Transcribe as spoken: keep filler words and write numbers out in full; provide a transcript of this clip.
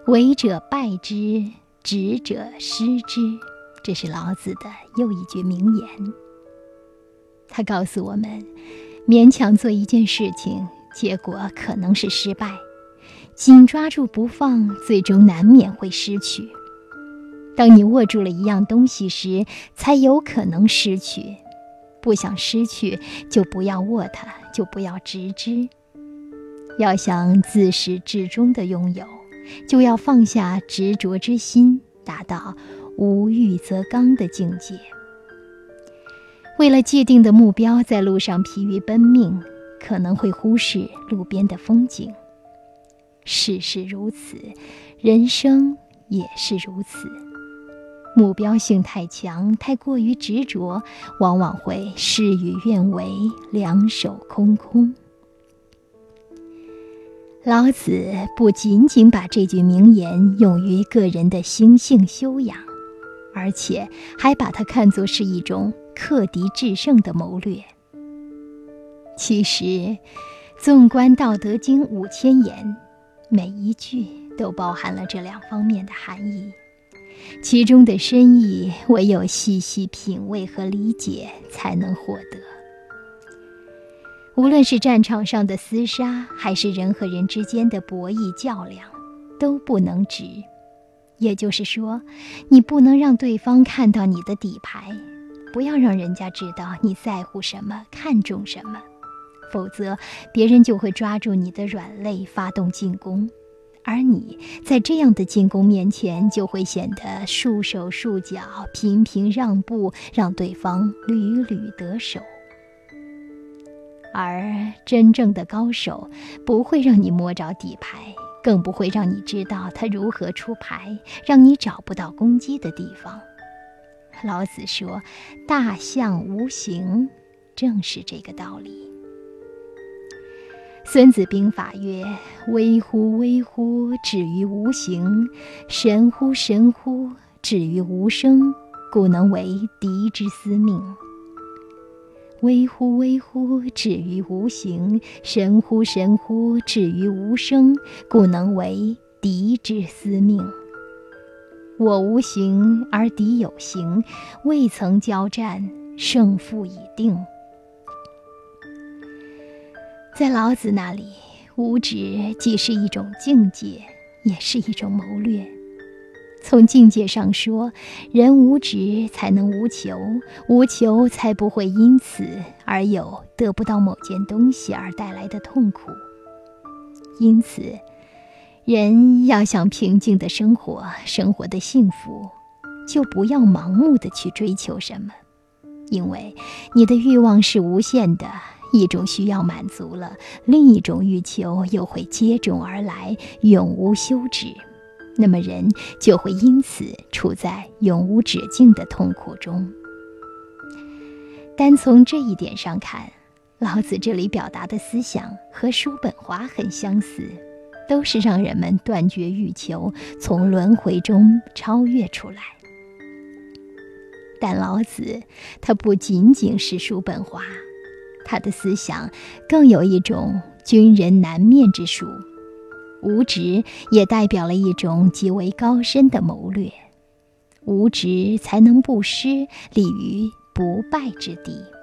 为者败之，执者失之。这是老子的又一句名言。他告诉我们，勉强做一件事情，结果可能是失败；紧抓住不放，最终难免会失去。当你握住了一样东西时，才有可能失去。不想失去，就不要握它，就不要执之。要想自始至终的拥有，就要放下执着之心，达到无欲则刚的境界。为了既定的目标，在路上疲于奔命，可能会忽视路边的风景。世事如此，人生也是如此。目标性太强，太过于执着，往往会事与愿违，两手空空。老子不仅仅把这句名言用于个人的心性修养，而且还把它看作是一种克敌制胜的谋略。其实，纵观《道德经》五千言，每一句都包含了这两方面的含义，其中的深意唯有细细品味和理解才能获得。无论是战场上的厮杀，还是人和人之间的博弈较量，都不能直。也就是说，你不能让对方看到你的底牌，不要让人家知道你在乎什么，看重什么，否则别人就会抓住你的软肋发动进攻，而你在这样的进攻面前就会显得束手束脚，频频让步，让对方屡屡得手。而真正的高手不会让你摸着底牌，更不会让你知道他如何出牌，让你找不到攻击的地方。老子说，大象无形，正是这个道理。孙子兵法曰，微乎微乎，止于无形，神乎神乎，止于无声，故能为敌之司命。微乎微乎，止于无形，神乎神乎，止于无声，故能为敌之司命。我无形而敌有形，未曾交战，胜负已定。在老子那里，无执既是一种境界，也是一种谋略。从境界上说，人无执才能无求，无求才不会因此而有得不到某件东西而带来的痛苦。因此，人要想平静的生活，生活的幸福，就不要盲目的去追求什么，因为你的欲望是无限的，一种需要满足了，另一种欲求又会接踵而来，永无休止。那么人就会因此处在永无止境的痛苦中。单从这一点上看，老子这里表达的思想和叔本华很相似，都是让人们断绝欲求，从轮回中超越出来。但老子他不仅仅是叔本华，他的思想更有一种军人难面之术。无执也代表了一种极为高深的谋略，无执才能不失，立于不败之地。